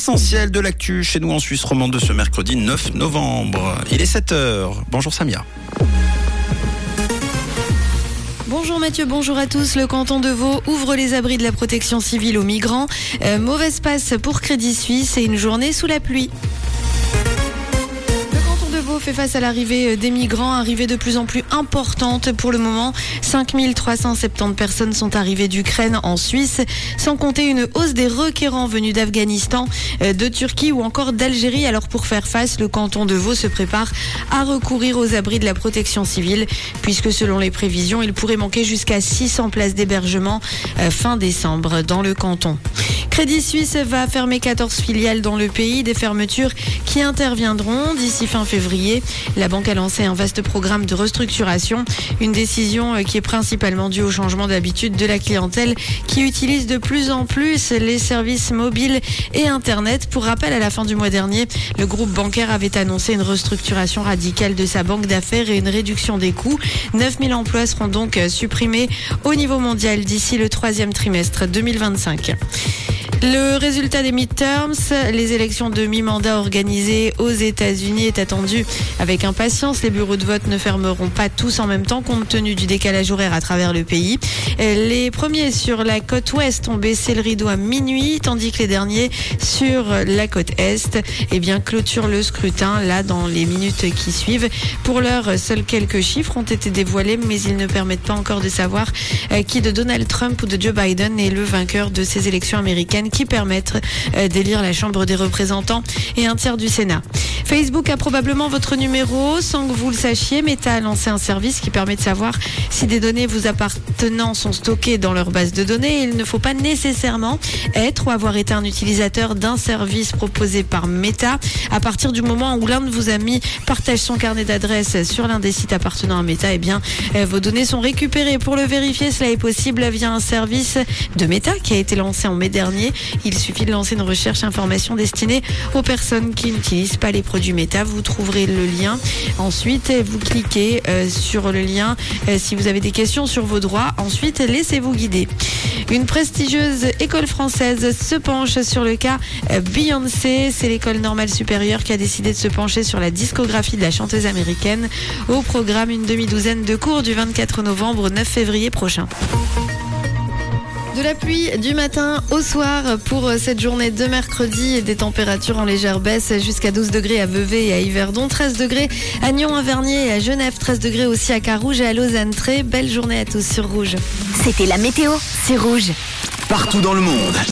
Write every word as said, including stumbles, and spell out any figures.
l'essentiel de l'actu chez nous en Suisse romande de ce mercredi neuf novembre. Il est sept heures. Bonjour Samia. Bonjour Mathieu, bonjour à tous. Le canton de Vaud ouvre les abris de la protection civile aux migrants. Euh, mauvaise passe pour Crédit Suisse et une journée sous la pluie. Le canton de Vaud fait face à l'arrivée des migrants, arrivée de plus en plus importante pour le moment. cinq mille trois cent soixante-dix personnes sont arrivées d'Ukraine en Suisse, sans compter une hausse des requérants venus d'Afghanistan, de Turquie ou encore d'Algérie. Alors pour faire face, le canton de Vaud se prépare à recourir aux abris de la protection civile, puisque selon les prévisions, il pourrait manquer jusqu'à six cents places d'hébergement fin décembre dans le canton. Crédit Suisse va fermer quatorze filiales dans le pays, des fermetures qui interviendront d'ici fin février. La banque a lancé un vaste programme de restructuration, une décision qui est principalement due au changement d'habitude de la clientèle qui utilise de plus en plus les services mobiles et Internet. Pour rappel, à la fin du mois dernier, le groupe bancaire avait annoncé une restructuration radicale de sa banque d'affaires et une réduction des coûts. neuf mille emplois seront donc supprimés au niveau mondial d'ici le troisième trimestre deux mille vingt-cinq. Le résultat des midterms, les élections de mi-mandat organisées aux États-Unis est attendu avec impatience. Les bureaux de vote ne fermeront pas tous en même temps compte tenu du décalage horaire à travers le pays. Les premiers sur la côte ouest ont baissé le rideau à minuit, tandis que les derniers sur la côte est eh bien, clôturent le scrutin là dans les minutes qui suivent. Pour l'heure, seuls quelques chiffres ont été dévoilés, mais ils ne permettent pas encore de savoir qui de Donald Trump ou de Joe Biden est le vainqueur de ces élections américaines qui permettent d'élire la Chambre des représentants et un tiers du Sénat. Facebook a probablement votre numéro sans que vous le sachiez. Meta a lancé un service qui permet de savoir si des données vous appartenant sont stockées dans leur base de données. Il ne faut pas nécessairement être ou avoir été un utilisateur d'un service proposé par Meta. À partir du moment où l'un de vos amis partage son carnet d'adresses sur l'un des sites appartenant à Meta, eh bien, vos données sont récupérées. Pour le vérifier, cela est possible via un service de Meta qui a été lancé en mai dernier. Il suffit de lancer une recherche information destinée aux personnes qui n'utilisent pas les produits Meta. Vous trouverez le lien. Ensuite, vous cliquez euh, sur le lien euh, si vous avez des questions sur vos droits. Ensuite, laissez-vous guider. Une prestigieuse école française se penche sur le cas euh, Beyoncé. C'est l'école normale supérieure qui a décidé de se pencher sur la discographie de la chanteuse américaine. Au programme, une demi-douzaine de cours du vingt-quatre novembre au neuf février prochain. De la pluie du matin au soir pour cette journée de mercredi et des températures en légère baisse jusqu'à douze degrés à Vevey et à Yverdon, treize degrés à Nyon, à Vernier et à Genève, treize degrés aussi à Carouge et à Lausanne. Très belle journée à tous sur Rouge. C'était la météo, c'est Rouge. Partout dans le monde,